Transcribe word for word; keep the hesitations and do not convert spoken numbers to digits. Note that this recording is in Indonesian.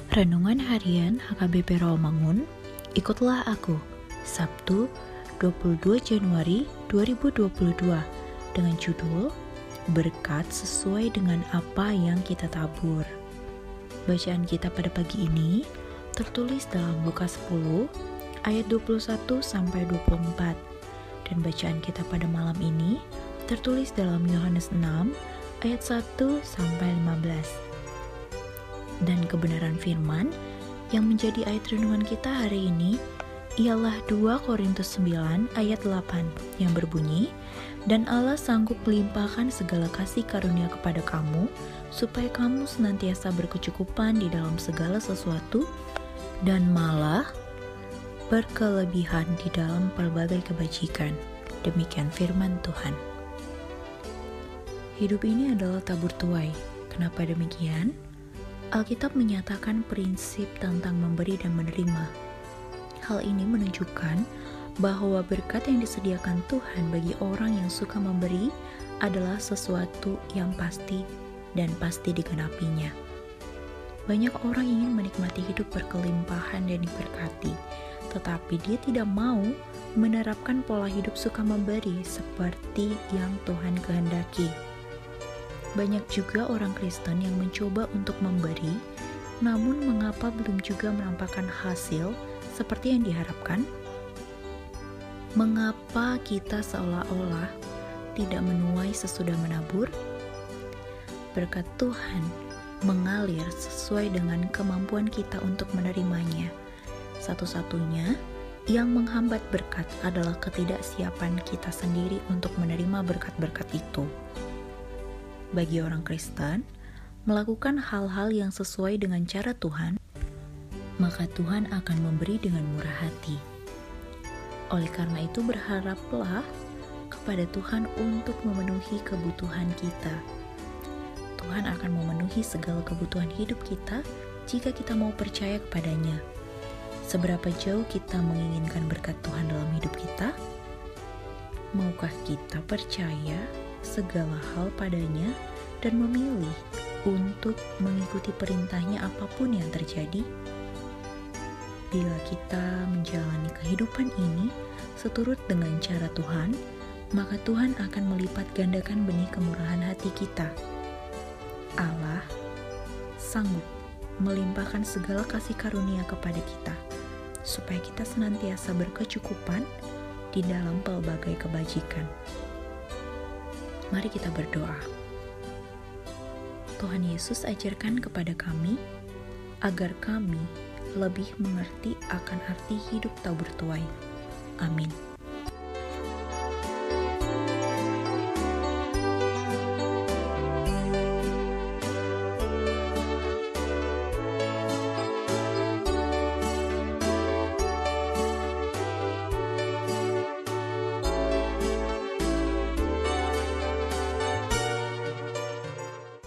Renungan Harian H K B P Rawamangun, ikutlah aku, Sabtu dua puluh dua Januari dua ribu dua puluh dua, dengan judul Berkat Sesuai Dengan Apa Yang Kita Tabur. Bacaan kita pada pagi ini tertulis dalam Lukas sepuluh ayat dua puluh satu sampai dua puluh empat, dan bacaan kita pada malam ini tertulis dalam Yohanes enam ayat satu sampai lima belas. Dan kebenaran firman yang menjadi ayat renungan kita hari ini ialah dua Korintus sembilan ayat delapan yang berbunyi, "Dan Allah sanggup melimpahkan segala kasih karunia kepada kamu, supaya kamu senantiasa berkecukupan di dalam segala sesuatu, dan malah berkelebihan di dalam pelbagai kebajikan." Demikian firman Tuhan. Hidup ini adalah tabur tuai. Kenapa demikian? Alkitab menyatakan prinsip tentang memberi dan menerima. Hal ini menunjukkan bahwa berkat yang disediakan Tuhan bagi orang yang suka memberi adalah sesuatu yang pasti dan pasti digenapinya. Banyak orang ingin menikmati hidup berkelimpahan dan diberkati, tetapi dia tidak mau menerapkan pola hidup suka memberi seperti yang Tuhan kehendaki. Banyak juga orang Kristen yang mencoba untuk memberi, namun mengapa belum juga menampakkan hasil seperti yang diharapkan? Mengapa kita seolah-olah tidak menuai sesudah menabur? Berkat Tuhan mengalir sesuai dengan kemampuan kita untuk menerimanya. Satu-satunya yang menghambat berkat adalah ketidaksiapan kita sendiri untuk menerima berkat-berkat itu. Bagi orang Kristen, melakukan hal-hal yang sesuai dengan cara Tuhan, maka Tuhan akan memberi dengan murah hati. Oleh karena itu, berharaplah kepada Tuhan untuk memenuhi kebutuhan kita. Tuhan akan memenuhi segala kebutuhan hidup kita jika kita mau percaya kepadanya. Seberapa jauh kita menginginkan berkat Tuhan dalam hidup kita? Maukah kita percaya segala hal padanya dan memilih untuk mengikuti perintahnya apapun yang terjadi? Bila kita menjalani kehidupan ini seturut dengan cara Tuhan, maka Tuhan akan melipat gandakan benih kemurahan hati kita. Allah sanggup melimpahkan segala kasih karunia kepada kita, supaya kita senantiasa berkecukupan di dalam pelbagai kebajikan. Mari kita berdoa. Tuhan Yesus, ajarkan kepada kami agar kami lebih mengerti akan arti hidup tabur tuai. Amin.